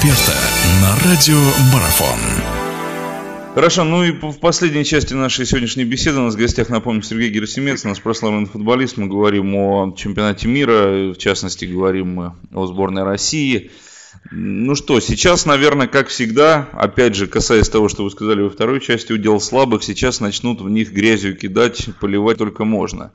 эксперта на радио Марафон. Хорошо, ну и в последней части нашей сегодняшней беседы у нас в гостях, напомню, Сергей Герасимец, у нас прославленный футболист. Мы говорим о чемпионате мира, в частности, говорим мы о сборной России. Ну что, сейчас, наверное, как всегда, опять же, касаясь того, что вы сказали во второй части, удел слабых, сейчас начнут в них грязью кидать, поливать только можно.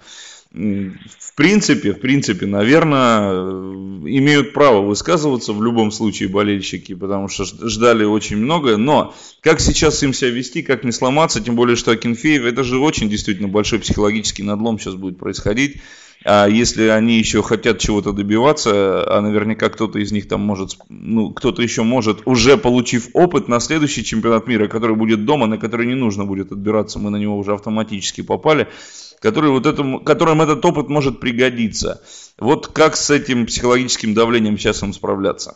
В принципе, наверное, имеют право высказываться в любом случае болельщики, потому что ждали очень многое, но как сейчас им себя вести, как не сломаться, тем более, что Акинфеев, это же очень действительно большой психологический надлом сейчас будет происходить, а если они еще хотят чего-то добиваться, а наверняка кто-то из них там может, кто-то еще может, уже получив опыт на следующий чемпионат мира, который будет дома, на который не нужно будет отбираться, мы на него уже автоматически попали, которым этот опыт может пригодиться. Вот как с этим психологическим давлением сейчас им справляться?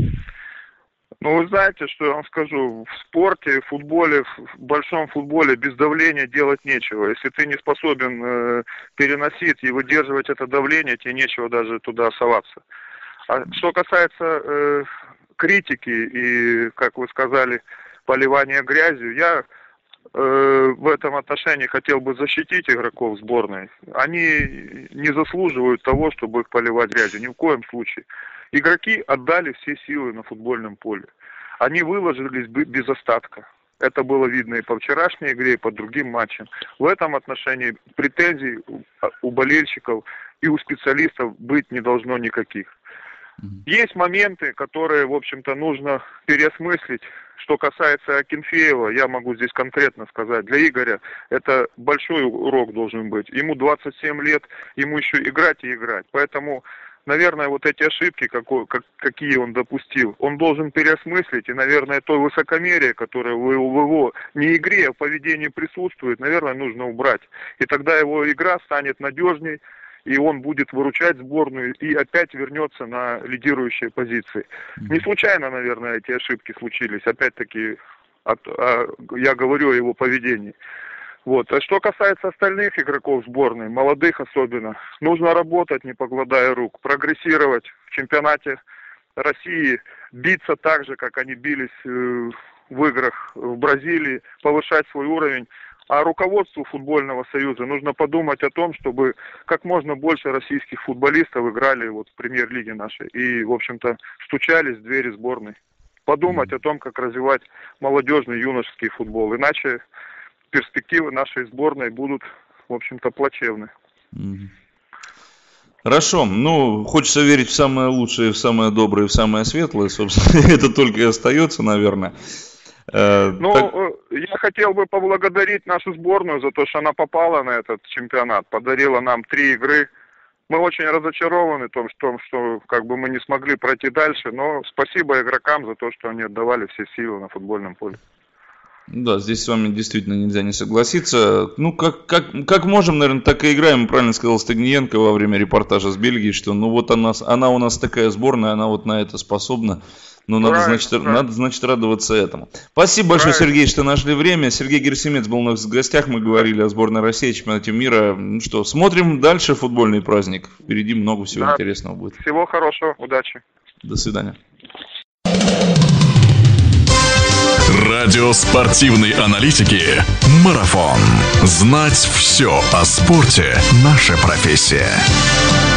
Ну, вы знаете, что я вам скажу, в спорте, в футболе, в большом футболе без давления делать нечего. Если ты не способен переносить и выдерживать это давление, тебе нечего даже туда соваться. А что касается критики и, как вы сказали, поливания грязью, я в этом отношении хотел бы защитить игроков сборной. Они не заслуживают того, чтобы их поливать грязью, ни в коем случае. Игроки отдали все силы на футбольном поле. Они выложились без остатка. Это было видно и по вчерашней игре, и по другим матчам. В этом отношении претензий у болельщиков и у специалистов быть не должно никаких. Есть моменты, которые, в общем-то, нужно переосмыслить. Что касается Акинфеева, я могу здесь конкретно сказать, для Игоря это большой урок должен быть. Ему 27 лет, ему еще играть и играть. Поэтому, наверное, вот эти ошибки, какие он допустил, он должен переосмыслить. И, наверное, то высокомерие, которое в его не игре, а в поведении присутствует, наверное, нужно убрать. И тогда его игра станет надежней, и он будет выручать сборную и опять вернется на лидирующие позиции. Не случайно, наверное, эти ошибки случились. Опять-таки, я говорю о его поведении. Вот. А что касается остальных игроков сборной, молодых особенно, нужно работать, не покладая рук, прогрессировать в чемпионате России, биться так же, как они бились в играх в Бразилии, повышать свой уровень. А руководству футбольного союза нужно подумать о том, чтобы как можно больше российских футболистов играли вот в премьер-лиге нашей и, в общем-то, стучались в двери сборной. Подумать о том, как развивать молодежный юношеский футбол. Иначе перспективы нашей сборной будут, в общем-то, плачевны. Хорошо. Ну, хочется верить в самое лучшее, в самое доброе, в самое светлое. Собственно, это только и остается, наверное. Я хотел бы поблагодарить нашу сборную за то, что она попала на этот чемпионат, подарила нам 3 игры. Мы очень разочарованы в том, что как бы мы не смогли пройти дальше, но спасибо игрокам за то, что они отдавали все силы на футбольном поле. Да, здесь с вами действительно нельзя не согласиться. Ну, как можем, наверное, так и играем. Правильно сказал Стагниенко во время репортажа с Бельгии, что ну вот она у нас такая сборная, она вот на это способна. Ну, надо, значит, радоваться этому. Спасибо большое, Сергей, что нашли время. Сергей Герасимец был у нас в гостях. Мы говорили о сборной России, о чемпионате мира. Ну что, смотрим дальше футбольный праздник. Впереди много всего интересного будет. Всего хорошего, удачи. До свидания. Радио спортивной аналитики «Марафон». Знать все о спорте – наша профессия.